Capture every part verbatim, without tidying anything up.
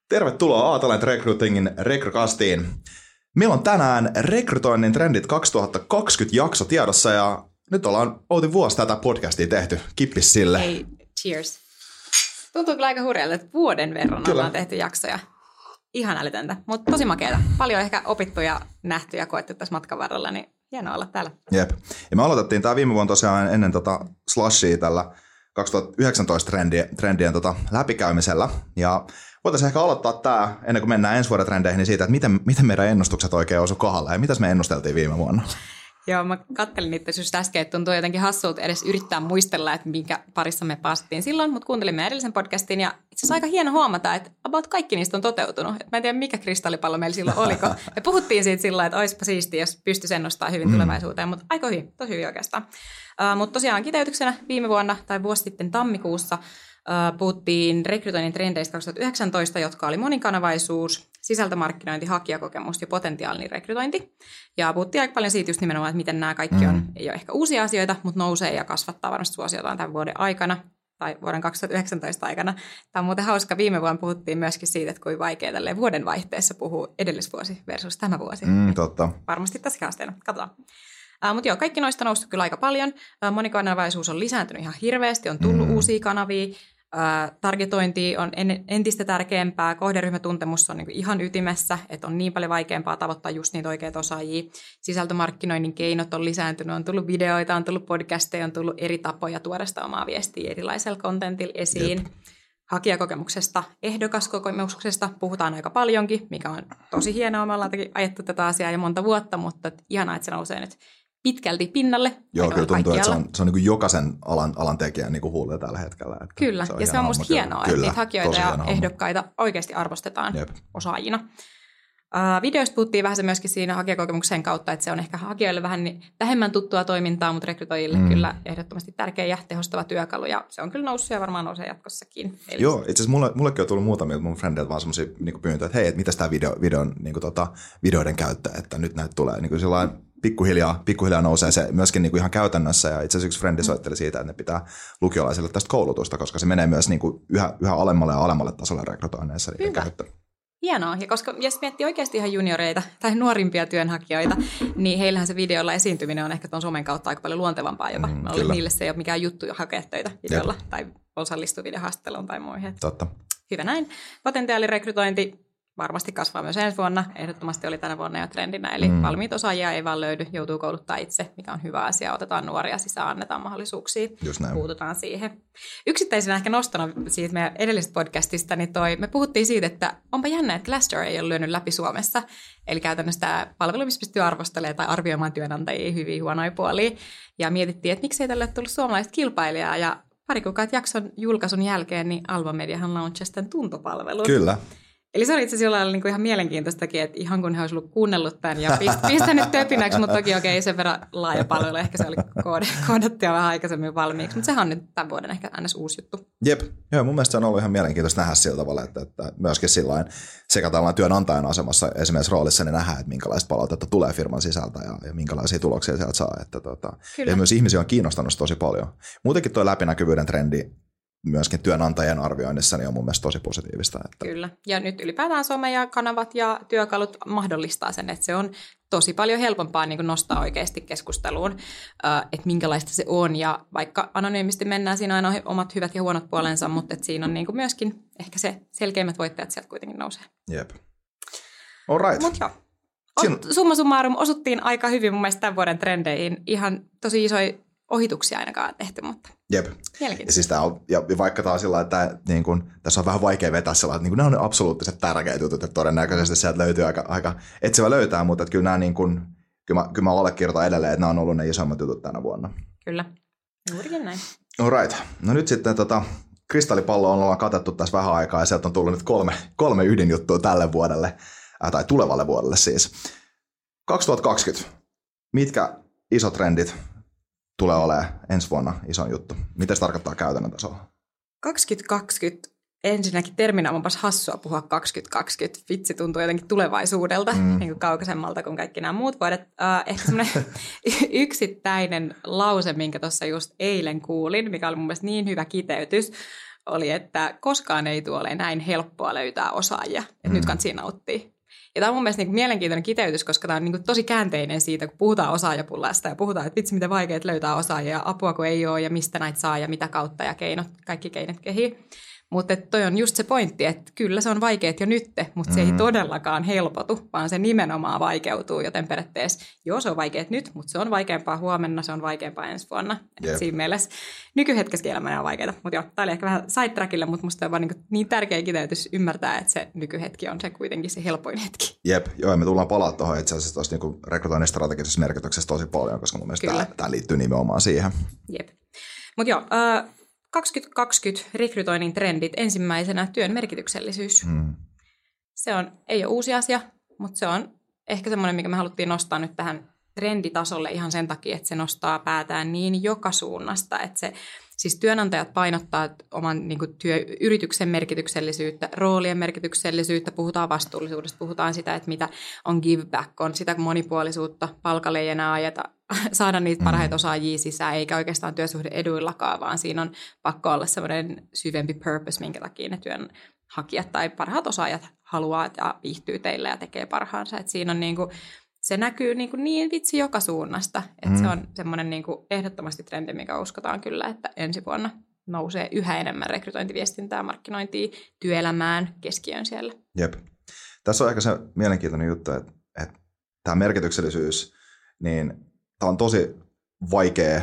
Tervetuloa A-Talent Recruitingin Rekrykastiin. Meillä on tänään rekrytoinnin trendit kaksituhattakaksikymmentä jakso tiedossa ja nyt ollaan Outi vuosi tätä podcastia tehty. Kippis sille. Hei, cheers. Tuntuu kyllä aika hurjalta, että vuoden verran kyllä. ollaan tehty jaksoja. Ihan älytöntä, mutta tosi makeata. Paljon ehkä opittu ja nähty ja koettu tässä matkan varrella, niin hienoa olla täällä. Jep. Ja me aloitettiin tämä viime vuonna tosiaan ennen tota Slashia tällä kaksituhattayhdeksäntoista trendien, trendien tota läpikäymisellä. Ja voitaisiin ehkä aloittaa tämä, ennen kuin mennään ensi vuoden trendeihin, niin siitä, että miten, miten meidän ennustukset oikein osu kohdalle ja mitäs me ennusteltiin viime vuonna. Joo, mä kattelin niitä just äsken, että tuntuu jotenkin hassulta edes yrittää muistella, että minkä parissa me päästiin silloin, mutta kuuntelimme edellisen podcastin ja itse asiassa aika hieno huomata, että about kaikki niistä on toteutunut. Et mä en tiedä, mikä kristallipallo meillä silloin oliko. Me puhuttiin siitä sillä että olisipa siistiä, jos pystyisi ennustamaan hyvin tulevaisuuteen, mutta aika hyvin, tosi hyvin oikeastaan. Uh, mutta tosiaan kiteytyksenä viime vuonna tai vuosi sitten tammikuussa uh, puhuttiin rekrytoinnin trendeistä kaksituhattayhdeksäntoista, jotka oli monikanavaisuus, sisältömarkkinointi, hakijakokemus ja potentiaalinen rekrytointi. Ja puhuttiin aika paljon siitä just nimenomaan, että miten nämä kaikki on, mm. ei ole ehkä uusia asioita, mutta nousee ja kasvattaa varmasti suosiotaan tämän vuoden aikana tai vuoden kaksituhattayhdeksäntoista aikana. Tämä on muuten hauska. Viime vuonna puhuttiin myöskin siitä, että kuinka vaikea tälleen vuoden vaihteessa puhuu edellisvuosi versus tämä vuosi. Mm, totta. Varmasti tässä haasteena. Katsotaan. Uh, mutta joo, kaikki noista on noussut kyllä aika paljon. Uh, monikanavaisuus on lisääntynyt ihan hirveästi, on tullut mm. uusia kanavia. Uh, targetointi on en, entistä tärkeämpää, kohderyhmätuntemus on niin kuin ihan ytimessä, että on niin paljon vaikeampaa tavoittaa just niitä oikeita osaajia. Sisältömarkkinoinnin keinot on lisääntynyt, on tullut videoita, on tullut podcasteja, on tullut eri tapoja tuoda sitä omaa viestiä erilaisella contentilla esiin. Jep. Hakijakokemuksesta, ehdokaskokemuksesta puhutaan aika paljonkin, mikä on tosi hienoa. Me ollaan ajettu tätä asiaa jo monta vuotta, mutta ihanaa, että se nousee nyt pitkälti pinnalle. Joo, kyllä tuntuu, että se on, se on niin kuin jokaisen alan, alan tekijän niin kuin huulilla tällä hetkellä. Että kyllä, se ja se on musta hienoa, kyllä, että niitä hakijoita ja ehdokkaita homma. Oikeasti arvostetaan Jep. osaajina. Uh, videoista puhuttiin vähän se myöskin siinä hakijakokemuksen kautta, että se on ehkä hakijoille vähän niin vähemmän tuttua toimintaa, mutta rekrytoijille mm. kyllä ehdottomasti tärkeä ja tehostava työkalu, ja se on kyllä noussut ja varmaan nousee jatkossakin. Eli joo, itse asiassa mulle, mullekin on tullut muutamia mun friendeiltä vaan semmoisia niin pyyntöjä, että hei, että mitäs tämä video, videon, niin kuin, tota, videoiden käyttö, että nyt näitä tulee niin kuin sellainen pikkuhiljaa, pikkuhiljaa nousee se myöskin niin kuin ihan käytännössä, ja itse asiassa yksi frendi soitteli siitä, että ne pitää lukiolaisille tästä koulutusta, koska se menee myös niin kuin yhä, yhä alemmalle ja alemmalle tasolle rekrytoinneissa niiden käyttö. Hienoa, ja koska jos miettii oikeasti ihan junioreita tai nuorimpia työnhakijoita, niin heillähän se videolla esiintyminen on ehkä tuon somen kautta aika paljon luontevampaa jopa. Mm, niille se ei ole mikään juttu hakea töitä videolla Jep. tai osallistua videohaastatteluun tai muihin. Totta. Hyvä näin. Potentiaalirekrytointi varmasti kasvaa myös ensi vuonna. Ehdottomasti oli tänä vuonna jo trendinä, eli mm. valmiit osaajia ei vaan löydy, joutuu kouluttaa itse, mikä on hyvä asia. Otetaan nuoria sisään, annetaan mahdollisuuksia, puututaan siihen. Yksittäisenä ehkä nostona siitä meidän edellisestä podcastista, niin toi, me puhuttiin siitä, että onpa jännä, että Glassdoor ei ole lyönyt läpi Suomessa. Eli käytännössä tämä palvelu, missä pystyy arvostelemaan tai arvioimaan työnantajia hyviä huonoja puolia. Ja mietittiin, että miksei tälle ole tullut suomalaiset kilpailijaa. Ja pari kuukautta jakson julkaisun jälkeen, niin Alma Mediahan launchasi tämän tuntopalvelun. Kyllä. Eli se oli itse asiassa jollain niin ihan mielenkiintoistakin, että ihan kun he olisivat ollut kuunnellut tämän ja pistänyt töpinäksi, mutta toki okei, okay, sen verran laaja palvelu, ehkä se oli koodattu jo vähän aikaisemmin valmiiksi, mutta sehän on nyt tämän vuoden ehkä aina uusi juttu. Jep, joo, mun mielestä se on ollut ihan mielenkiintoista nähdä sillä tavalla, että, että myöskin sillain sekä tällainen työnantajan asemassa esimerkiksi roolissa niin nähdään, että minkälaista palautetta tulee firman sisältä ja, ja minkälaisia tuloksia sieltä saa. Että, tota, ja myös ihmisiä on kiinnostanut tosi paljon. Muutenkin tuo läpinäkyvyyden trendi myöskin työnantajien arvioinnissa niin on mun mielestä tosi positiivista. Että kyllä. Ja nyt ylipäätään some ja kanavat ja työkalut mahdollistaa sen, että se on tosi paljon helpompaa niin kuin nostaa oikeasti keskusteluun, että minkälaista se on. Ja vaikka anonyymisti mennään, siinä on aina omat hyvät ja huonot puolensa, mutta että siinä on niin kuin myöskin ehkä se selkeimmät voittajat sieltä kuitenkin nousee. Jep. All right. Mut joo. Siin... Summa summarum osuttiin aika hyvin mun mielestä tämän vuoden trendeihin. Ihan tosi isoja ohituksia ainakaan tehty, mutta Jep. Ja, siis tää on, ja vaikka taas sillä, että niin kun, tässä on vähän vaikea vetää sillä, että niin kun, nämä on ne absoluuttiset tärkeät jutut, että todennäköisesti sieltä löytyy aika, aika etsivä löytää, mutta että kyllä nämä niin kun, kyllä mä, kyllä mä allekirjoitan edelleen, että nämä on ollut ne isommat jutut tänä vuonna. Kyllä, juurikin näin. All right. No nyt sitten tota, kristallipallo on ollaan katettu tässä vähän aikaa ja sieltä on tullut nyt kolme, kolme ydinjuttua tälle vuodelle, äh, tai tulevalle vuodelle siis. kaksituhattakaksikymmentä. Mitkä isot trendit tulee olemaan ensi vuonna iso juttu? Mitä se tarkoittaa käytännön tasolla? kaksituhattakaksikymmentä ensinnäkin terminä onpas hassua puhua kaksituhattakaksikymmentä. Vitsi tuntuu jotenkin tulevaisuudelta, mm. niin kuin kaukaisemmalta kuin kaikki nämä muut vuodet. Uh, ehkä semmoinen yksittäinen lause, minkä tuossa just eilen kuulin, mikä oli mun mielestä niin hyvä kiteytys, oli, että koskaan ei tule ole näin helppoa löytää osaajia. Että mm. nyt kannattaa nauttia. Ja tämä on mun mielestä niin mielenkiintoinen kiteytys, koska tämä on niin tosi käänteinen siitä, kun puhutaan osaajapullasta ja puhutaan, että vitsi miten vaikea löytää osaajia ja apua kun ei ole ja mistä näitä saa ja mitä kautta ja keinot, kaikki keinot kehii. Mutta toi on just se pointti, että kyllä se on vaikeet jo nytte, mutta se mm-hmm. ei todellakaan helpotu, vaan se nimenomaan vaikeutuu. Joten periaatteessa, joo se on vaikeet nyt, mutta se on vaikeampaa huomenna, se on vaikeampaa ensi vuonna. Yep. Siinä mielessä nykyhetkessäkin elämä on vaikeaa. Mutta joo, tämä oli ehkä vähän sidetrackille, mutta musta on vaan niin, niin tärkeä kiteytys ymmärtää, että se nykyhetki on se kuitenkin se helpoin hetki. Jep, joo ja me tullaan palaa tuohon itse asiassa tuossa niin rekrytoinnin strategisessa merkityksessä tosi paljon, koska mun mielestä tämä, tämä liittyy nimenomaan siihen. Jep, mutta joo, uh, kaksituhattakaksikymmentä rekrytoinnin trendit. Ensimmäisenä työn merkityksellisyys. Hmm. Se on, ei ole uusi asia, mutta se on ehkä semmoinen, mikä me haluttiin nostaa nyt tähän trenditasolle ihan sen takia, että se nostaa päätään niin joka suunnasta. Että se, siis työnantajat painottaa oman niin kuin työyrityksen merkityksellisyyttä, roolien merkityksellisyyttä, puhutaan vastuullisuudesta, puhutaan sitä, että mitä on give back, on sitä monipuolisuutta, palkalle ei enää ajeta, saada niitä parhaita osaajia sisään, eikä oikeastaan työsuhde eduillakaan, vaan siinä on pakko olla semmoinen syvempi purpose, minkä takia ne työnhakijat tai parhaat osaajat haluaa ja viihtyy teille ja tekee parhaansa. Et siinä on niinku, se näkyy niinku niin vitsi joka suunnasta, että mm. se on semmoinen niinku ehdottomasti trendi, mikä uskotaan kyllä, että ensi vuonna nousee yhä enemmän rekrytointiviestintää, markkinointia, työelämään, keskiöön siellä. Jep. Tässä on ehkä se mielenkiintoinen juttu, että, että tämä merkityksellisyys, niin tämä on tosi vaikea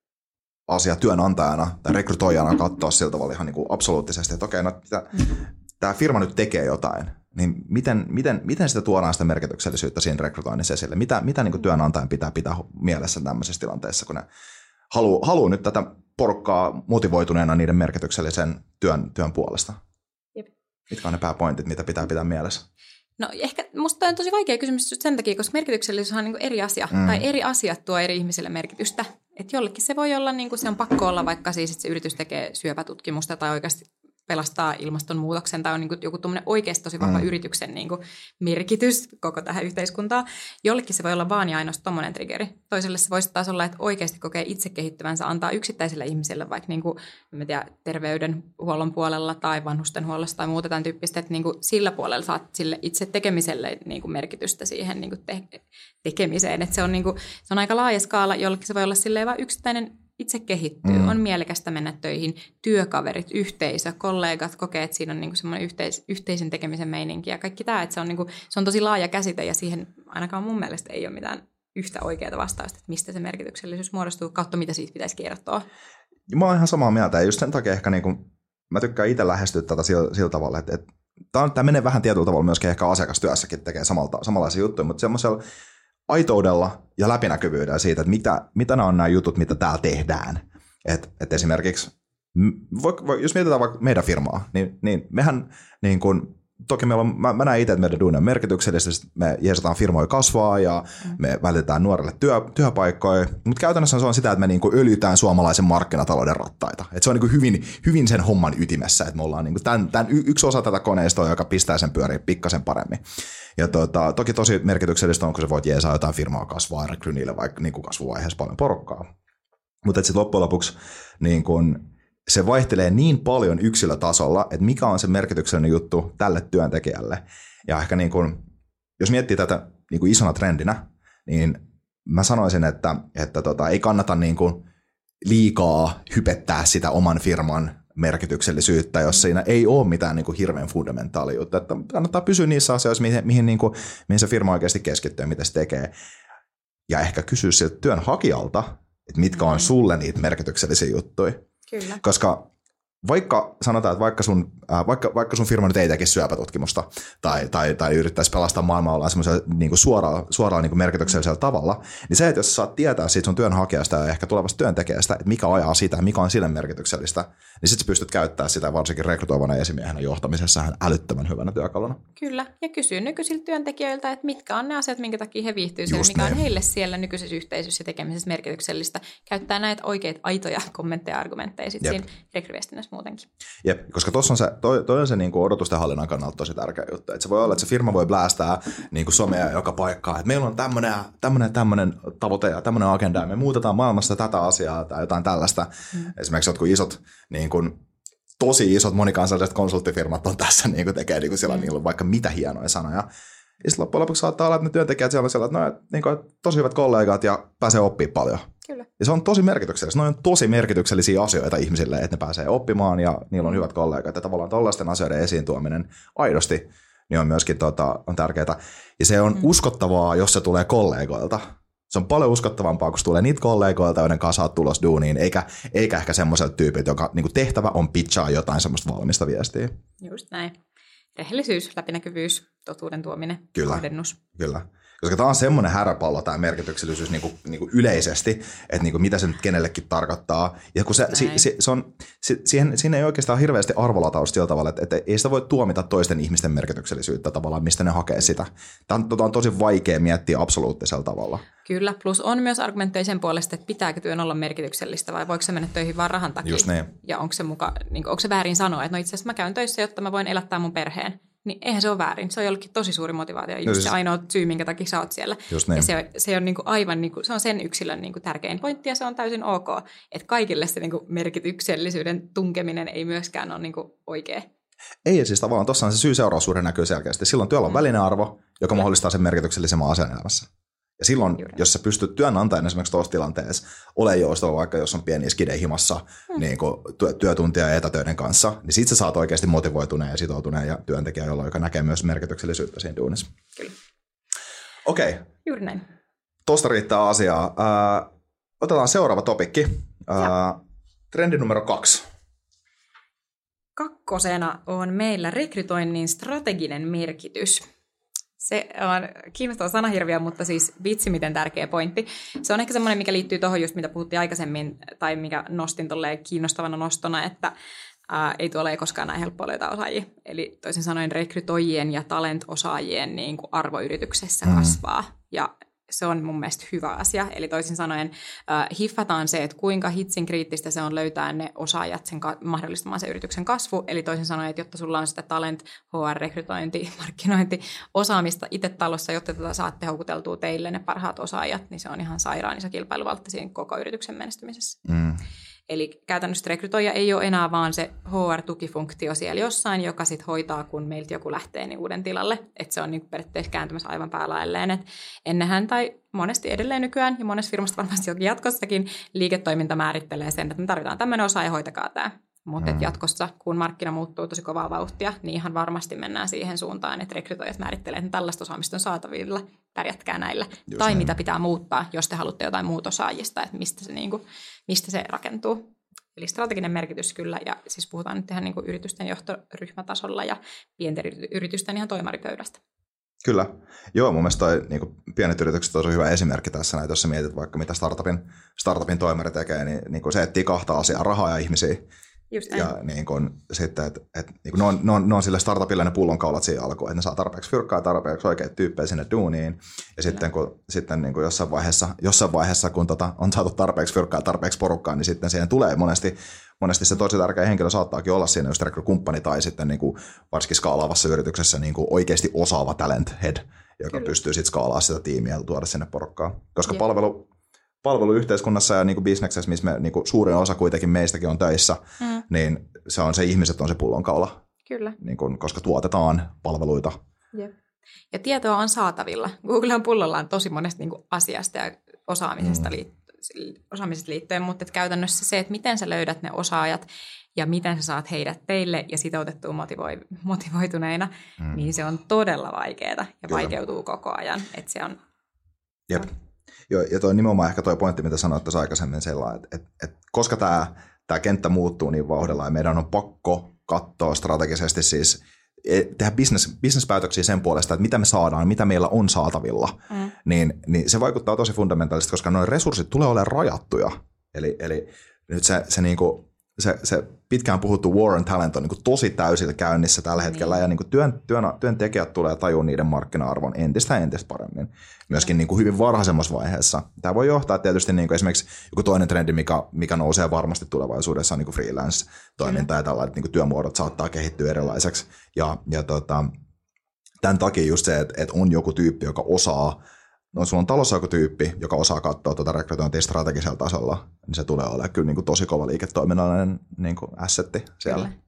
asia työnantajana tai rekrytoijana katsoa sillä tavalla ihan niin kuin absoluuttisesti, että okei, no, tämä, tämä firma nyt tekee jotain, niin miten, miten, miten sitä tuodaan sitä merkityksellisyyttä siinä rekrytoinnissa esille? Mitä, mitä niin kuin työnantajan pitää pitää mielessä tämmöisessä tilanteessa, kun ne haluaa, haluaa nyt tätä porukkaa motivoituneena niiden merkityksellisen työn, työn puolesta? Jep. Mitkä on ne pääpointit, mitä pitää pitää mielessä? No ehkä musta on tosi vaikea kysymys just sen takia, koska merkityksellisyys on niin kuin eri asia, mm. tai eri asiat tuo eri ihmisille merkitystä. Että jollekin se voi olla, niin kuin se on pakko olla, vaikka siis, että se yritys tekee syöpätutkimusta tai oikeasti pelastaa ilmastonmuutoksen tai on niin kuin joku tuommoinen oikeasti tosi vahva mm. yrityksen niin kuin merkitys koko tähän yhteiskuntaan. Jollekin se voi olla vaan ja ainoastaan tommoinen triggeri. Toiselle se voisi taas olla, että oikeasti kokee itse kehittyvänsä, antaa yksittäisille ihmisille vaikka niin kuin, en tiedä, terveydenhuollon puolella tai vanhustenhuollossa tai muuta tämän tyyppistä, että niin kuin sillä puolella saat sille itse tekemiselle niin kuin merkitystä siihen niin kuin te- tekemiseen. Että se on, niin kuin, se on aika laaja skaala, jollekin se voi olla silleen vaan yksittäinen itse kehittyy, mm. on mielekästä mennä töihin, työkaverit, yhteisö, kollegat kokee, että siinä on niinku semmoinen yhteis- yhteisen tekemisen meininki ja kaikki tämä, että se on, niinku, se on tosi laaja käsite ja siihen ainakaan mun mielestä ei ole mitään yhtä oikeaa vastausta, että mistä se merkityksellisyys muodostuu, kautta mitä siitä pitäisi kertoa. Mä oon ihan samaa mieltä ja just sen takia ehkä niinku, mä tykkään itse lähestyä tätä sillä, sillä tavalla, että, että tämä menee vähän tietyllä tavalla myöskin ehkä asiakastyössäkin tekee samalta, samanlaisia juttuja, mutta semmoisella aitoudella ja läpinäkyvyydellä siitä, että mitä, mitä nämä on nämä jutut, mitä täällä tehdään. Et, et esimerkiksi, jos mietitään vaikka meidän firmaa, niin, niin mehän, niin kun, toki meillä on, mä, mä näen itse, että meidän duuni on merkityksellisesti, me jeesataan firmoja kasvaa ja mm. me välitetään nuorille työ, työpaikkoja, mutta käytännössä se on sitä, että me niin kuin öljytään suomalaisen markkinatalouden rattaita. Et se on niin kuin hyvin, hyvin sen homman ytimessä, että me ollaan niin kuin tämän, tämän yksi osa tätä koneistoa, joka pistää sen pyöriin pikkasen paremmin. Ja tuota, toki tosi merkityksellistä on, kun sä voit jeesaa jotain firmaa kasvaa, rekry niille vaikka niin kuin kasvuvaiheessa paljon porukkaa. Mutta sitten loppujen lopuksi niin kun se vaihtelee niin paljon yksilötasolla, että mikä on se merkityksellinen juttu tälle työntekijälle. Ja ehkä niin kun, jos miettii tätä niin kun isona trendinä, niin mä sanoisin, että, että tota, ei kannata niin kun liikaa hypettää sitä oman firman merkityksellisyyttä, jos siinä ei ole mitään niin kuin hirveän fundamentaali juttu. Että kannattaa pysyä niissä asioissa, mihin, mihin, niin kuin, mihin se firma oikeasti keskittyy ja mitä se tekee. Ja ehkä kysyä siltä työnhakijalta, että mitkä on sulle niitä merkityksellisiä juttuja. Kyllä. Koska vaikka sanotaan, että vaikka sun, äh, vaikka, vaikka sun firma nyt ei tekisi syöpätutkimusta tai, tai, tai yrittäisi pelastaa maailmaa ollaan semmoisella niin kuin suoraan, suoraan niin kuin merkityksellisellä tavalla, niin se, että jos sä saat tietää siitä sun työnhakijasta ja ehkä tulevasta työntekijästä, että mikä ajaa sitä, mikä on sille merkityksellistä, niin sit sä pystyt käyttämään sitä varsinkin rekrytoivana esimiehenä johtamisessa älyttömän hyvänä työkaluna. Kyllä, ja kysyy nykyisiltä työntekijöiltä, että mitkä on ne asiat, minkä takia he viihtyy siellä, mikä niin on heille siellä nykyisessä yhteisössä ja tekemisessä merkityksellistä. Käyttää näitä oikeita aitoja kommentteja ja argumentteja sitten siinä rekryviestinnässä muutenkin. Jep, koska tuossa on se, toi, toi on se niin kuin odotusten hallinnan kannalta tosi tärkeä juttu. Että se voi olla, että se firma voi blästää niin kuin somea joka paikkaan, että meillä on tämmöinen, tämmöinen, tämmöinen tavoite ja tämmöinen agenda ja me muutetaan maailmassa tätä asiaa tai jotain tällaista. Mm. Esimerkiksi jotkut isot niin kuin tosi isot monikansalliset konsulttifirmat on tässä, niin kuin tekee, niin kuin siellä mm. niillä on vaikka mitä hienoja sanoja. Ja sitten loppujen lopuksi saattaa olla, että ne työntekijät siellä on siellä, että no, niin kuin, tosi hyvät kollegat ja pääsee oppimaan paljon. Kyllä. Ja se on tosi merkityksellistä. Ne on tosi merkityksellisiä asioita ihmisille, että ne pääsee oppimaan ja niillä on hyvät kollegat. Ja tavallaan tollaisten asioiden esiin tuominen aidosti niin on myöskin tota, on tärkeää. Ja se on mm. uskottavaa, jos se tulee kollegoilta. Se on paljon uskottavampaa, kun se tulee niitä kollegoilta, joiden kanssa saat tulos duuniin, eikä, eikä ehkä semmoiselta tyypiltä, joka niin kuin tehtävä on pitchaa jotain semmoista valmista viestiä. Just näin. Rehellisyys, läpinäkyvyys, totuuden tuominen, kyllä, kohdennus. Kyllä. Koska tämä on semmoinen häräpallo, tämä merkityksellisyys niin kuin, niin kuin yleisesti, että niin kuin mitä se nyt kenellekin tarkoittaa. Ja kun se, si, si, se on, si, siihen, siinä ei oikeastaan hirveästi arvolatausta sillä tavalla, että, että ei sitä voi tuomita toisten ihmisten merkityksellisyyttä tavallaan, mistä ne hakee sitä. Tämä on, tota on tosi vaikea miettiä absoluuttisella tavalla. Kyllä, plus on myös argumentteja sen puolesta, että pitääkö työn olla merkityksellistä vai voiko se mennä töihin vaan rahan takia. Just niin. Ja onko se, muka, niin onko se väärin sanoa, että no itse asiassa mä käyn töissä, jotta mä voin elättää mun perheen. Niin eihän se ole väärin. Se on jollekin tosi suuri motivaatio. Just siis, se ainoa syy, minkä takia sä oot siellä. Niin. Ja se, se on niinku aivan niinku, se on sen yksilön niinku tärkein pointti ja se on täysin ok. Että kaikille se niinku merkityksellisyyden tunkeminen ei myöskään ole niinku oikea. Ei, siis tavallaan tuossa on se syy-seuraussuhde näkyy selkeästi. Silloin työllä on välinearvo, joka mahdollistaa sen merkityksellisemmän asian elämässä. Ja silloin, Juuri. jos sä pystyt työnantajan esimerkiksi tuossa tilanteessa olemaan joustava, vaikka jos on pieni skide himassa hmm. niin työ, työtuntia ja etätöiden kanssa, niin sit sä saat oikeasti motivoituneen ja sitoutuneen ja työntekijä, joka näkee myös merkityksellisyyttä siinä duunissa. Kyllä. Okei. Okay. Juuri näin. Tuosta riittää asiaa. Äh, otetaan seuraava topikki. Äh, trendi numero kaksi. Kakkosena on meillä rekrytoinnin strateginen merkitys. Se on kiinnostava sanahirviö, mutta siis vitsi miten tärkeä pointti. Se on ehkä semmoinen, mikä liittyy tuohon just, mitä puhuttiin aikaisemmin, tai mikä nostin tolleen kiinnostavana nostona, että ää, ei tuolla ei koskaan näin helppoa löytää osaajia. Eli toisin sanoen rekrytoijien ja talent-osaajien niin kuin arvoyrityksessä mm. kasvaa, ja se on mun mielestä hyvä asia. Eli toisin sanoen äh, hiffataan se, että kuinka hitsin kriittistä se on löytää ne osaajat sen ka- mahdollistamaan sen yrityksen kasvu. Eli toisin sanoen, että jotta sulla on sitä talent, H R-rekrytointi, markkinointi, osaamista itse talossa, jotta tätä saatte houkuteltua teille ne parhaat osaajat, niin se on ihan sairaan iso kilpailuvaltti siinä koko yrityksen menestymisessä. Mm. Eli käytännössä rekrytoija ei ole enää vaan se H R-tukifunktio siellä jossain, joka sitten hoitaa, kun meiltä joku lähtee niin uuden tilalle. Että se on niin periaatteessa kääntymässä aivan päälailleen. Et ennenhän tai monesti edelleen nykyään ja monessa firmasta varmasti jokin jatkossakin liiketoiminta määrittelee sen, että me tarvitaan tämmöinen osaaja, hoitakaa tämä. Mutta mm. jatkossa, kun markkina muuttuu tosi kovaa vauhtia, niin ihan varmasti mennään siihen suuntaan, että rekrytoijat määrittelee, että tällaista osaamista on saatavilla, pärjätkää näillä. Just tai näin. Mitä pitää muuttaa, jos te haluatte jotain muuta osaajista, että mistä se, niin kuin, mistä se rakentuu. Eli strateginen merkitys kyllä, ja siis puhutaan nyt ihan niin kuin yritysten johtoryhmätasolla ja pienten yritysten ihan toimaripöydästä. Kyllä. Joo, mun mielestä toi, niin kuin pienet yritykset on hyvä esimerkki tässä. Näin, jos sä mietit vaikka mitä startupin, startupin toimari tekee, niin, niin kuin se etsii kahta asiaa, rahaa ja ihmisiä. Just ja niin kun, sitten, että et, niin ne, on, ne, on, ne on sille startupille ne pullonkaulat siinä alkuun, että ne saa tarpeeksi fyrkkaa ja tarpeeksi oikeita tyyppejä sinne duuniin. Ja sitten, kun, sitten niin kun jossain vaiheessa, jossain vaiheessa kun tota, on saatu tarpeeksi fyrkkaa ja tarpeeksi porukkaa, niin sitten siihen tulee monesti, monesti se tosi tärkeä henkilö saattaakin olla siinä just rekrykumppani tai sitten niin kuin varsinkin skaalaavassa yrityksessä niin kuin oikeasti osaava talent head, joka Kyllä. pystyy sitten skaalaamaan sitä tiimiä ja tuoda sinne porukkaa. Koska yeah. palvelu... palveluyhteiskunnassa ja niin kuin bisneksessä, missä me, niin kuin suurin osa kuitenkin meistäkin on töissä, mm. niin se on se ihmiset on se pullonkaula. Kyllä. Niin kuin, koska tuotetaan palveluita. Jep. Ja tietoa on saatavilla. Google on pullollaan tosi monesta niin kuin asiasta ja osaamisesta, mm. liitt- osaamisesta liittyen, mutta käytännössä se, että miten sä löydät ne osaajat ja miten sä saat heidät teille ja sitoutettua motivoi- motivoituneina, mm. niin se on todella vaikeaa ja Kyllä. vaikeutuu koko ajan. Että se on... Jep. No. Joo, ja toi nimenomaan ehkä toi pointti, mitä sanoit tuossa aikaisemmin sellainen, että, että, että koska tämä, tämä kenttä muuttuu niin vauhdilla ja meidän on pakko katsoa strategisesti siis, tehdä business, businesspäätöksiä sen puolesta, että mitä me saadaan, mitä meillä on saatavilla, mm. niin, niin se vaikuttaa tosi fundamentaalisesti, koska nuo resurssit tulee olemaan rajattuja. Eli, eli nyt se, se niinku... Se, se pitkään puhuttu war on talent on niin kuin tosi täysillä käynnissä tällä hetkellä, niin. ja niin kuin työn, työn, työntekijät tulee tajua niiden markkina-arvon entistä entistä paremmin, myöskin niin kuin hyvin varhaisemmassa vaiheessa. Tämä voi johtaa tietysti niin kuin esimerkiksi joku toinen trendi, mikä, mikä nousee varmasti tulevaisuudessa, on niin kuin freelance-toiminta, ja tällaiset niin kuin työmuodot saattaa kehittyä erilaiseksi. Ja, ja tota, tämän takia just se, että, että on joku tyyppi, joka osaa, no sulla on talossa joku tyyppi, joka osaa katsoa tuota rekrytointia strategisella tasolla, niin se tulee olemaan kyllä niin kuin tosi kova liiketoiminnallinen niin kuin assetti siellä. Kyllä.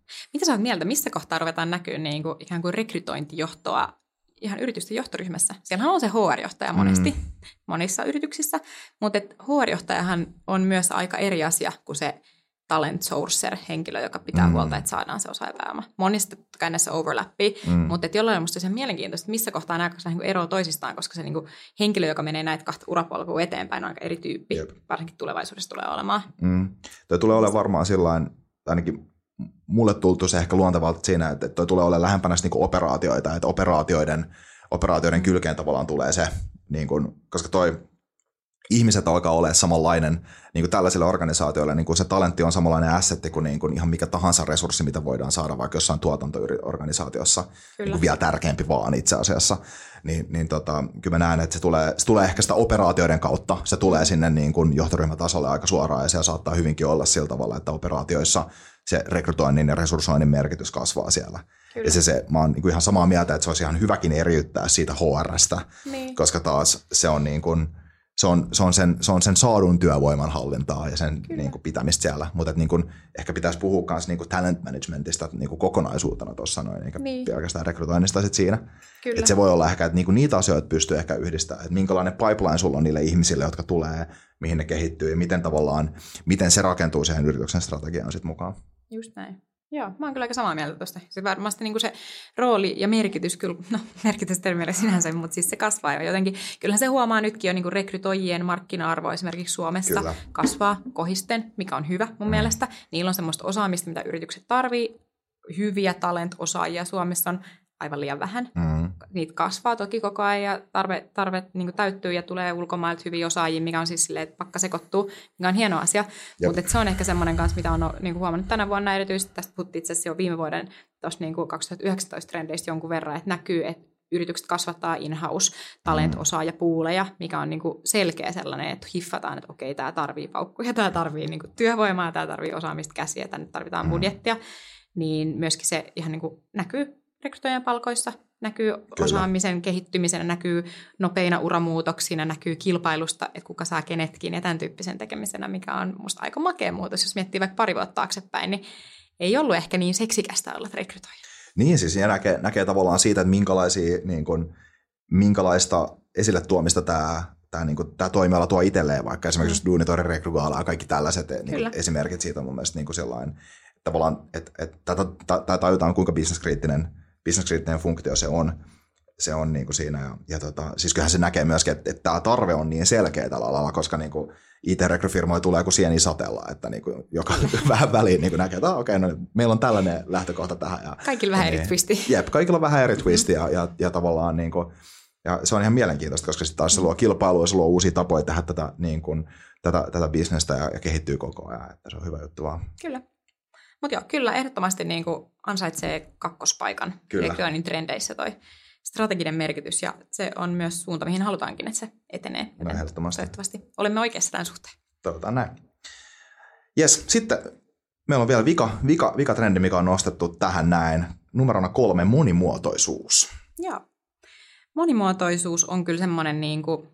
Mitä sä oot mieltä, missä kohtaa ruvetaan näkyä niin kuin, ikään kuin rekrytointijohtoa ihan yritysten johtoryhmässä? Siellähän on se H R-johtaja monesti, mm. monissa yrityksissä, mutta H R-johtajahan on myös aika eri asia kuin se talent sourcer-henkilö, joka pitää mm. huolta, että saadaan se osaajapääoma. Monista totta kai näissä overlappia, mm. mutta jollain on musta se mielenkiintoista, että missä kohtaa nämä kaksi niin eroa toisistaan, koska se niin kuin, henkilö, joka menee näitä kahta urapolkua eteenpäin, on aika eri tyyppi, Jep. varsinkin tulevaisuudessa tulee olemaan. Mm. Toi tulee olemaan varmaan sillain, ainakin mulle tultu se ehkä luontevalta siinä, että toi tulee olemaan lähempänä niin kuin operaatioita, että operaatioiden, operaatioiden kylkeen tavallaan tulee se, niin kuin, koska toi ihmiset alkaa olla samanlainen niin kuin tällaisille organisaatioille, niin kuin se talentti on samanlainen assetti kuin, niin kuin ihan mikä tahansa resurssi, mitä voidaan saada vaikka jossain tuotantoorganisaatiossa, niin kuin vielä tärkeämpi vaan itse asiassa. Niin, niin tota, kyllä mä näen, että se tulee, se tulee ehkä sitä operaatioiden kautta, se tulee sinne niin kuin johtoryhmätasolle aika suoraan ja siellä saattaa hyvinkin olla sillä tavalla, että operaatioissa se rekrytoinnin ja resurssoinnin merkitys kasvaa siellä. Kyllä. Ja se, se, mä oon niin kuin ihan samaa mieltä, että se olisi ihan hyväkin eriyttää siitä H R:stä, niin. koska taas se on niin kuin Se on, se, on sen, se on sen saadun työvoiman hallintaa ja sen niin kuin, pitämistä siellä, mutta niin kuin, ehkä pitäisi puhua myös niin kuin talent managementista niin kuin kokonaisuutena tuossa noin, eikä niin. pelkästään rekrytoinnista sit siinä. Että se voi olla ehkä, että niin kuin niitä asioita pystyy ehkä yhdistämään, että minkälainen pipeline sulla on niille ihmisille, jotka tulee, mihin ne kehittyy ja miten tavallaan, miten se rakentuu siihen yrityksen strategiaan sitten mukaan. Just näin. Joo, mä oon kyllä aika samaa mieltä tuosta. Se varmasti niin kuin se rooli ja merkitys, kyllä, no merkitys termillä sinänsä, mutta siis se kasvaa jo jotenkin. Kyllähän se huomaa nytkin jo niin kuin rekrytoijien markkina-arvo esimerkiksi Suomessa kyllä. kasvaa kohisten, mikä on hyvä mun mm. mielestä. Niillä on semmoista osaamista, mitä yritykset tarvii. Hyviä talent-osaajia Suomessa on aivan liian vähän. Mm. Niitä kasvaa toki koko ajan ja tarve, tarve niin kuin täyttyy ja tulee ulkomailta hyviä osaajia, mikä on siis silleen, että pakka sekoittuu, mikä on hieno asia. Mutta se on ehkä semmoinen kanssa, mitä on niin kuin huomannut tänä vuonna erityisesti. Tästä puhuttiin itse asiassa jo viime vuoden tuossa niin kuin kaksituhattayhdeksäntoista trendeistä jonkun verran, että näkyy, että yritykset kasvattaa in-house talent-osaajapuuleja, mikä on niin kuin selkeä sellainen, että hiffataan, että okei, tämä tarvii paukkuja, tämä tarvii niin kuin työvoimaa, tämä tarvii osaamista käsiä, tänne tarvitaan budjettia. Niin myöskin se ihan niin kuin näkyy rekrytoijan palkoissa, näkyy Kyllä. osaamisen kehittymisenä, näkyy nopeina uramuutoksina, näkyy kilpailusta, että kuka saa kenetkin ja tämän tyyppisen tekemisenä, mikä on musta aika makea muutos. Jos miettii vaikka pari vuotta taaksepäin, niin ei ollut ehkä niin seksikästä olla rekrytoija. Niin siis ja näkee, näkee tavallaan siitä, että minkälaisia, niin kuin, minkälaista esille tuomista tämä, tämä, niin kuin, tämä toimiala tuo itselleen, vaikka esimerkiksi mm. Duunitori, Rekrygaala ja kaikki tällaiset niin kuin, esimerkit siitä on mun mielestä niin kuin sellainen, tavallaan, että, että tämä tajutaan kuinka bisneskriittinen bisneskriittinen funktio se on, se on niin kuin siinä. Ja, ja tota, siis kyllähän se näkee myöskin, että, että tämä tarve on niin selkeä tällä alalla, koska niin kuin I T-rekryfirmoja tulee kuin sieni satella, että niin kuin joka vähän väliin niin kuin näkee, että ah, okei, no, meillä on tällainen lähtökohta tähän. Ja, kaikilla vähän eri twisti. Jep, kaikilla on vähän eri twisti ja, ja, ja tavallaan niin kuin, ja se on ihan mielenkiintoista, koska sitten taas se luo kilpailua ja se luo uusia tapoja tehdä tätä, niin kuin, tätä, tätä bisnestä ja, ja kehittyy koko ajan, että se on hyvä juttu vaan. Kyllä. Mutta joo, kyllä ehdottomasti niin kuin ansaitsee kakkospaikan rekrytoinnin trendeissä toi strateginen merkitys, ja se on myös suunta, mihin halutaankin, että se etenee. No ehdottomasti. Toivottavasti olemme oikeassa tämän suhteen. Toivotaan näin. Jes, sitten meillä on vielä vika, vika, vika trendi, mikä on nostettu tähän näin. Numerona kolme, monimuotoisuus. Joo. Monimuotoisuus on kyllä semmoinen, niin kuin,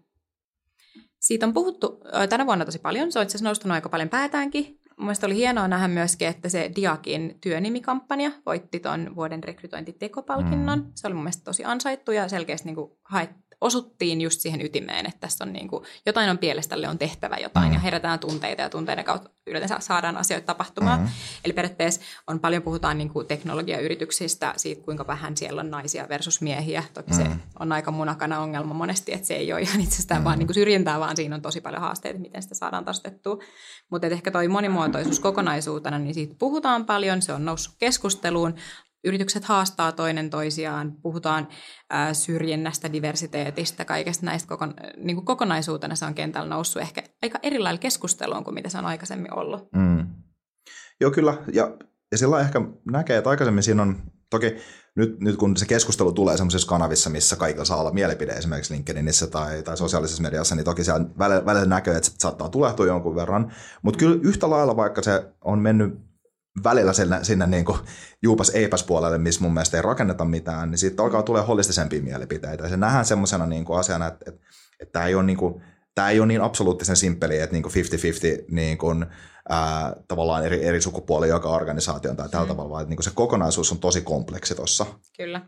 siitä on puhuttu tänä vuonna tosi paljon, se on itse asiassa noustunut aika paljon päätäänkin. Mielestäni oli hienoa nähdä myöskin, että se Diakin työnimikampanja voitti tuon vuoden rekrytointitekopalkinnon. Mm. Se oli mun mielestä tosi ansaittu ja selkeästi niin kuin haet, osuttiin just siihen ytimeen, että tässä on niin kuin, jotain on pielessä, tälle on tehtävä jotain mm. ja herätään tunteita ja tunteiden kautta yleensä saadaan asioita tapahtumaan. Mm. Eli periaatteessa on paljon puhutaan niin kuin teknologiayrityksistä, siitä kuinka vähän siellä on naisia versus miehiä. Toki mm. se on aika munakana ongelma monesti, että se ei ole ihan itsestään mm. vaan niin kuin syrjintää, vaan siinä on tosi paljon haasteita, miten sitä saadaan tasoitettua. Mutta ehkä toi monimuotoisuus kokonaisuutena, niin siitä puhutaan paljon, se on noussut keskusteluun. Yritykset haastaa toinen toisiaan, puhutaan ää, syrjinnästä, diversiteetistä, kaikesta näistä kokon, niin kuin kokonaisuutena se on kentällä noussut ehkä aika erilailla keskusteluun kuin mitä se on aikaisemmin ollut. Mm. Joo, kyllä. Ja, ja sillä ehkä näkee, että aikaisemmin siinä on, toki nyt, nyt kun se keskustelu tulee sellaisissa kanavissa, missä kaikilla saa olla mielipide esimerkiksi LinkedInissä tai, tai sosiaalisessa mediassa, niin toki siellä välillä, välillä näkyy, että se saattaa tulehtua jonkun verran. Mutta kyllä yhtä lailla, vaikka se on mennyt välillä sinne, sinne niin kuin juupas eipäs puolelle, missä mun mielestä ei rakenneta mitään, niin siitä alkaa tulee holistisempia mielipiteitä. Ja se nähdään semmoisena niin kuin asiana, että, että, että tämä ei ole niin kuin, tämä ei ole niin absoluuttisen simppeli, että niin kuin viisikymmentä viisikymmentä niin kuin, ää, tavallaan eri, eri sukupuoli joka organisaation tai tällä mm. tavalla, vaan että niin kuin se kokonaisuus on tosi kompleksi tuossa. Kyllä.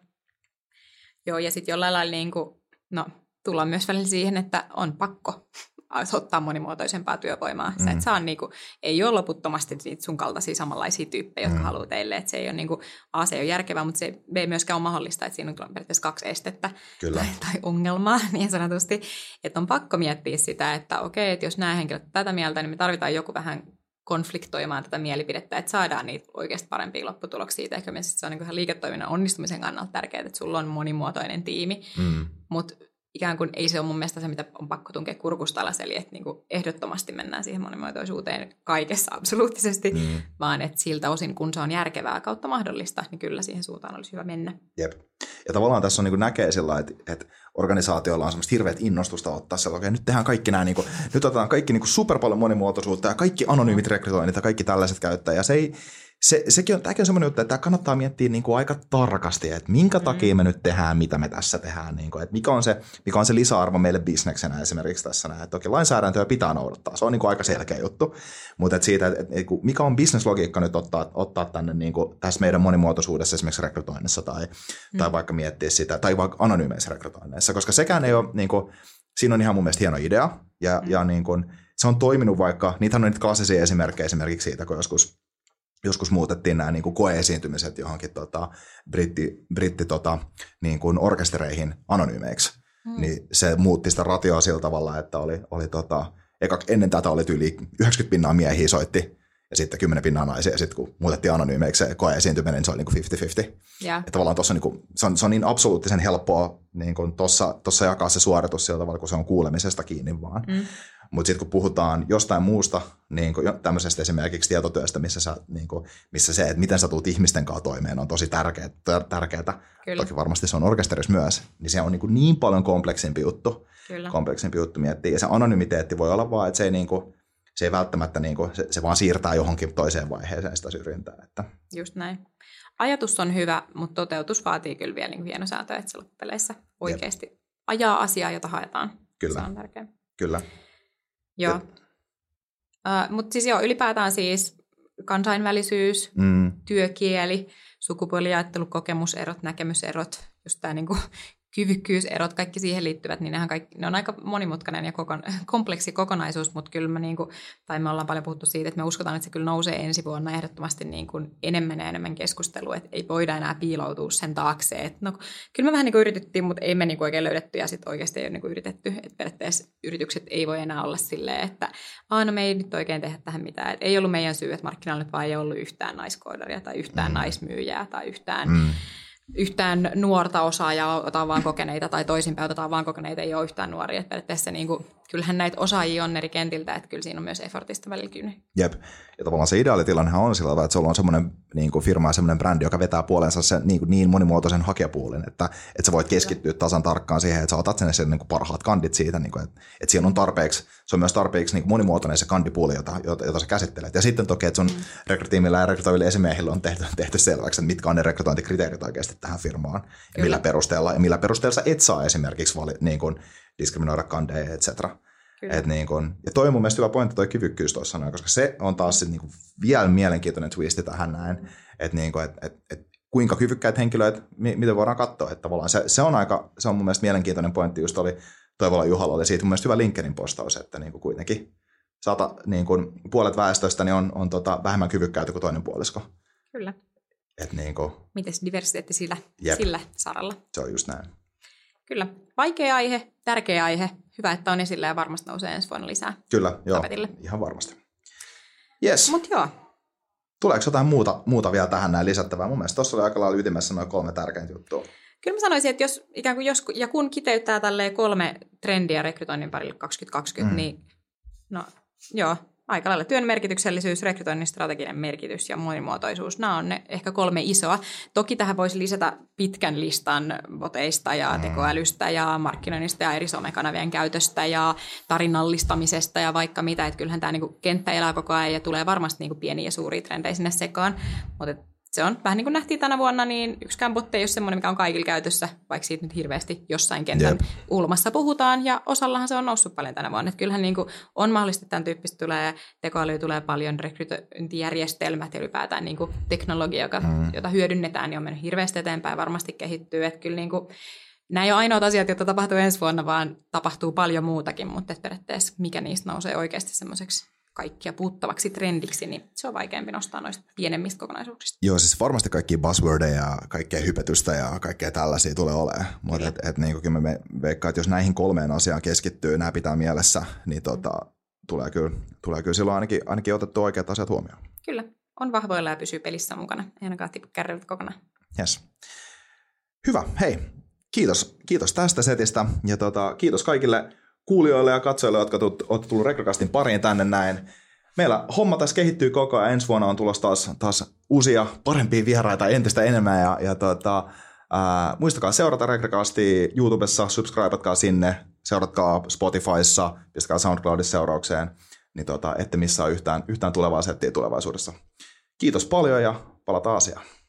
Joo, ja sitten jollain lailla niin kuin, no, tullaan myös välillä siihen, että on pakko ottaa monimuotoisempaa työvoimaa. Mm. Sä et saa, niin kuin, ei ole loputtomasti sun kaltaisia samanlaisia tyyppejä, jotka mm. haluaa teille. Että se ei ole, niin kuin, A, se ei ole järkevää, mutta se ei myöskään ole mahdollista, että siinä on periaatteessa kaksi estettä tai, tai ongelmaa niin sanotusti. Että on pakko miettiä sitä, että okei, että jos nämä henkilöt tätä mieltä, niin me tarvitaan joku vähän konfliktoimaan tätä mielipidettä, että saadaan niitä oikeasti parempia lopputuloksia. Ehkä mielestäni se on niin ihan liiketoiminnan onnistumisen kannalta tärkeää, että sulla on monimuotoinen tiimi, mm. mutta ikään kuin ei se ole mun mielestä se, mitä on pakko tunkea kurkusta alas, eli että niin kuin ehdottomasti mennään siihen monimuotoisuuteen kaikessa absoluuttisesti, mm. vaan että siltä osin, kun se on järkevää kautta mahdollista, niin kyllä siihen suuntaan olisi hyvä mennä. Jep. Ja tavallaan tässä on niin kuin näkee sillä, että, että organisaatioilla on semmoista hirveät innostusta ottaa sillä, että nyt tehdään kaikki nämä, niin kuin, nyt otetaan kaikki niin kuin super paljon monimuotoisuutta ja kaikki anonyymit rekrytoinnit ja kaikki tällaiset käyttää, ja se ei Se, sekin on, tämäkin on semmoinen juttu, että tämä kannattaa miettiä niin kuin aika tarkasti, että minkä mm. takia me nyt tehdään, mitä me tässä tehdään, niin kuin, että mikä on, se, mikä on se lisäarvo meille bisneksenä esimerkiksi tässä näin, että okei, lainsäädäntöä pitää noudattaa, se on niin kuin aika selkeä juttu, mutta että siitä, että, että mikä on bisneslogiikka nyt ottaa, ottaa tänne niin kuin, tässä meidän monimuotoisuudessa esimerkiksi rekrytoinnissa tai, mm. tai vaikka miettiä sitä, tai vaikka anonyymeissä rekrytoinneissa, koska sekään ei ole, niin kuin, siinä on ihan mun mielestä hieno idea, ja, mm. ja niin kuin, se on toiminut vaikka, niitähän on niitä klassisia esimerkkejä esimerkiksi siitä, kun joskus Joskus muutettiin nämä niin kuin koe-esiintymiset johonkin tota, britti, britti tota, niin kuin orkestereihin anonyymeiksi. Mm. Niin se muutti sitä ratioa sillä tavalla, että oli, oli tota, eka, ennen tätä oli yli yhdeksänkymmentä pinnaa miehiä soitti ja sitten kymmenen pinnaa naisia. Ja sitten kun muutettiin anonyymeiksi se koe-esiintyminen, niin se oli niin kuin viisikymmentä viisikymmentä. Yeah. Että tavallaan tossa, niin kuin, se, on, se on niin absoluuttisen helppoa niin tuossa jakaa se suoritus sillä tavalla, kun se on kuulemisesta kiinni vaan. Mm. Mutta sitten kun puhutaan jostain muusta, niin kuin tämmöisestä esimerkiksi tietotyöstä, missä, sä, niin kuin, missä se, että miten sä tulet ihmisten kanssa toimeen, on tosi tärkeää. tärkeää. Toki varmasti se on orkesterissa myös, niin se on niin, kuin niin paljon kompleksimpi juttu, Kyllä. kompleksimpi juttu miettiä. Ja se anonymiteetti voi olla vaan, että se ei, niin kuin, se ei välttämättä, niin kuin, se, se vaan siirtää johonkin toiseen vaiheeseen sitä syrjintää. Että. Just näin. Ajatus on hyvä, mutta toteutus vaatii kyllä vielä niin hienosääntöä, että se loppupeleissä oikeasti Jep. ajaa asiaa, jota haetaan. Kyllä. Se on tärkeää. Kyllä. Joo, uh, mutta siis joo, ylipäätään siis kansainvälisyys, mm. työkieli, sukupuolijaottelu, kokemuserot, näkemyserot, just tämä niinku kyvykkyyserot, kaikki siihen liittyvät, niin nehän kaikki, ne on aika monimutkainen ja kokon, kompleksi kokonaisuus, mutta kyllä me, niinku, tai me ollaan paljon puhuttu siitä, että me uskotaan, että se kyllä nousee ensi vuonna ehdottomasti niinku enemmän ja enemmän keskustelua, että ei voida enää piiloutua sen taakse. Et no, kyllä me vähän niinku yritettiin, mutta ei me niinku oikein löydetty ja sitten oikeasti ei ole niinku yritetty. Että periaatteessa yritykset ei voi enää olla silleen, että aah, no me ei nyt oikein tehdä tähän mitään. Et ei ollut meidän syy, että markkinoilla nyt vaan ei ollut yhtään naiskoodaria tai yhtään mm. naismyyjää tai yhtään... Mm. yhtään nuorta osaajaa otetaan vaan kokeneita tai toisinpäin otetaan vaan kokeneita, ei ole yhtään nuoria. Että periaatteessa niin kuin, kyllähän näitä osaajia on eri kentiltä, että kyllä siinä on myös effortista välillä kiinni. Jep. Ja tavallaan se ideaalitilannehan on sillä tavalla, että sulla on semmoinen niin kuin firma ja semmoinen brändi, joka vetää puoleensa sen niin, kuin niin monimuotoisen hakijapuulin, että, että sä voit keskittyä tasan tarkkaan siihen, että sä otat sen, sen niin kuin parhaat kandit siitä, niin kuin, että, että siinä on tarpeeksi, se on myös tarpeeksi niin kuin monimuotoinen se kandipuuli, jota, jota, jota sä käsittelet. Ja sitten toki, että sun mm. rekrytiimillä ja rekrytoiville esimiehillä on tehty, tehty selväksi, että mitkä on ne rekrytointikriteerit oikeasti tähän firmaan. Ja millä perusteella, ja millä perusteella sä et saa esimerkiksi vali, niin kuin diskriminoida kandeja, et cetera. Et niin kun, ja toi on mun mielestä hyvä pointti toi kyvykkyys tuossa noin, koska se on taas sit niin kuin vielä mielenkiintoinen twisti tähän näin, että niin et, et, et kuinka kyvykkäitä henkilöitä, miten voidaan katsoa, että tavallaan se, se on aika, se on mun mielestä mielenkiintoinen pointti, just oli Toivola Juhalla oli siitä mun mielestä hyvä LinkedIn postaus, että niin kuin kuitenkin sata, niin kuin puolet väestöstä niin on, on tota vähemmän kyvykkäitä kuin toinen puolisko. Kyllä. Et niin kuin, mites diversiteetti sillä, sillä saralla? Se on just näin. Kyllä. Vaikea aihe, tärkeä aihe. Hyvä, että on esillä ja varmasti nousee ensi vuonna lisää. Kyllä, joo. Tapetille. Ihan varmasti. Yes. Mut joo. Tuleeko jotain muuta, muuta vielä tähän näin lisättävää? Mun mielestä tuossa oli aika lailla ytimessä noin kolme tärkeintä juttua. Kyllä mä sanoisin, että jos ikään kuin jos, ja kun kiteyttää tälleen kolme trendiä rekrytoinnin parille kaksituhattakaksikymmentä, mm. niin no joo, aika lailla työn merkityksellisyys, rekrytoinnin strateginen merkitys ja monimuotoisuus. Nämä on ne ehkä kolme isoa. Toki tähän voisi lisätä pitkän listan boteista ja tekoälystä ja markkinoinnista ja eri somekanavien käytöstä ja tarinallistamisesta ja vaikka mitä. Että kyllähän tämä niinku kenttä elää koko ajan ja tulee varmasti niinku pieniä ja suuria trendejä sinne sekaan. Mutta se on vähän niin kuin nähtiin tänä vuonna, niin yksikään botti ei ole semmoinen, mikä on kaikilla käytössä, vaikka siitä nyt hirveästi jossain kentän yep. ulmassa puhutaan, ja osallahan se on noussut paljon tänä vuonna. Että kyllähän niin kuin on mahdollista, että tämän tyyppistä tulee, tekoäly tulee paljon, rekrytointijärjestelmät ja ylipäätään niin kuin teknologia, joka, mm. jota hyödynnetään, niin on mennyt hirveästi eteenpäin, varmasti kehittyy. Että kyllä niin kuin, nämä ei ole ainoat asiat, jotka tapahtuu ensi vuonna, vaan tapahtuu paljon muutakin, mutta periaatteessa mikä niistä nousee oikeasti semmoiseksi kaikkia puuttavaksi trendiksi, niin se on vaikeampi nostaa noista pienemmistä kokonaisuuksista. Joo, siis varmasti kaikkia buzzwordeja ja kaikkea hypetystä ja kaikkea tällaisia tulee olemaan. Mutta et, et, niin kuin me veikkaan, että jos näihin kolmeen asiaan keskittyy, nämä pitää mielessä, niin tota, tulee, kyllä, tulee kyllä silloin ainakin, ainakin otettu oikeat asiat huomioon. Kyllä, on vahvoilla ja pysyy pelissä mukana. Ei ainakaan tipu kärryiltä kokonaan. Yes. Hyvä, hei. Kiitos, kiitos tästä setistä ja tota, kiitos kaikille kuulijoille ja katsojille, jotka olette tullut Rekrocastin pariin tänne näin. Meillä homma tässä kehittyy koko ajan. Ensi vuonna on tulossa taas, taas uusia, parempia vieraita entistä enemmän. Ja, ja tota, ää, muistakaa seurata Rekrocastia YouTubessa, subscribeatkaa sinne, seuratkaa Spotifyssa, pistäkää SoundCloudissa seuraukseen, niin tota, ette missaa yhtään, yhtään tulevaa settiä tulevaisuudessa. Kiitos paljon ja palataan asiaan.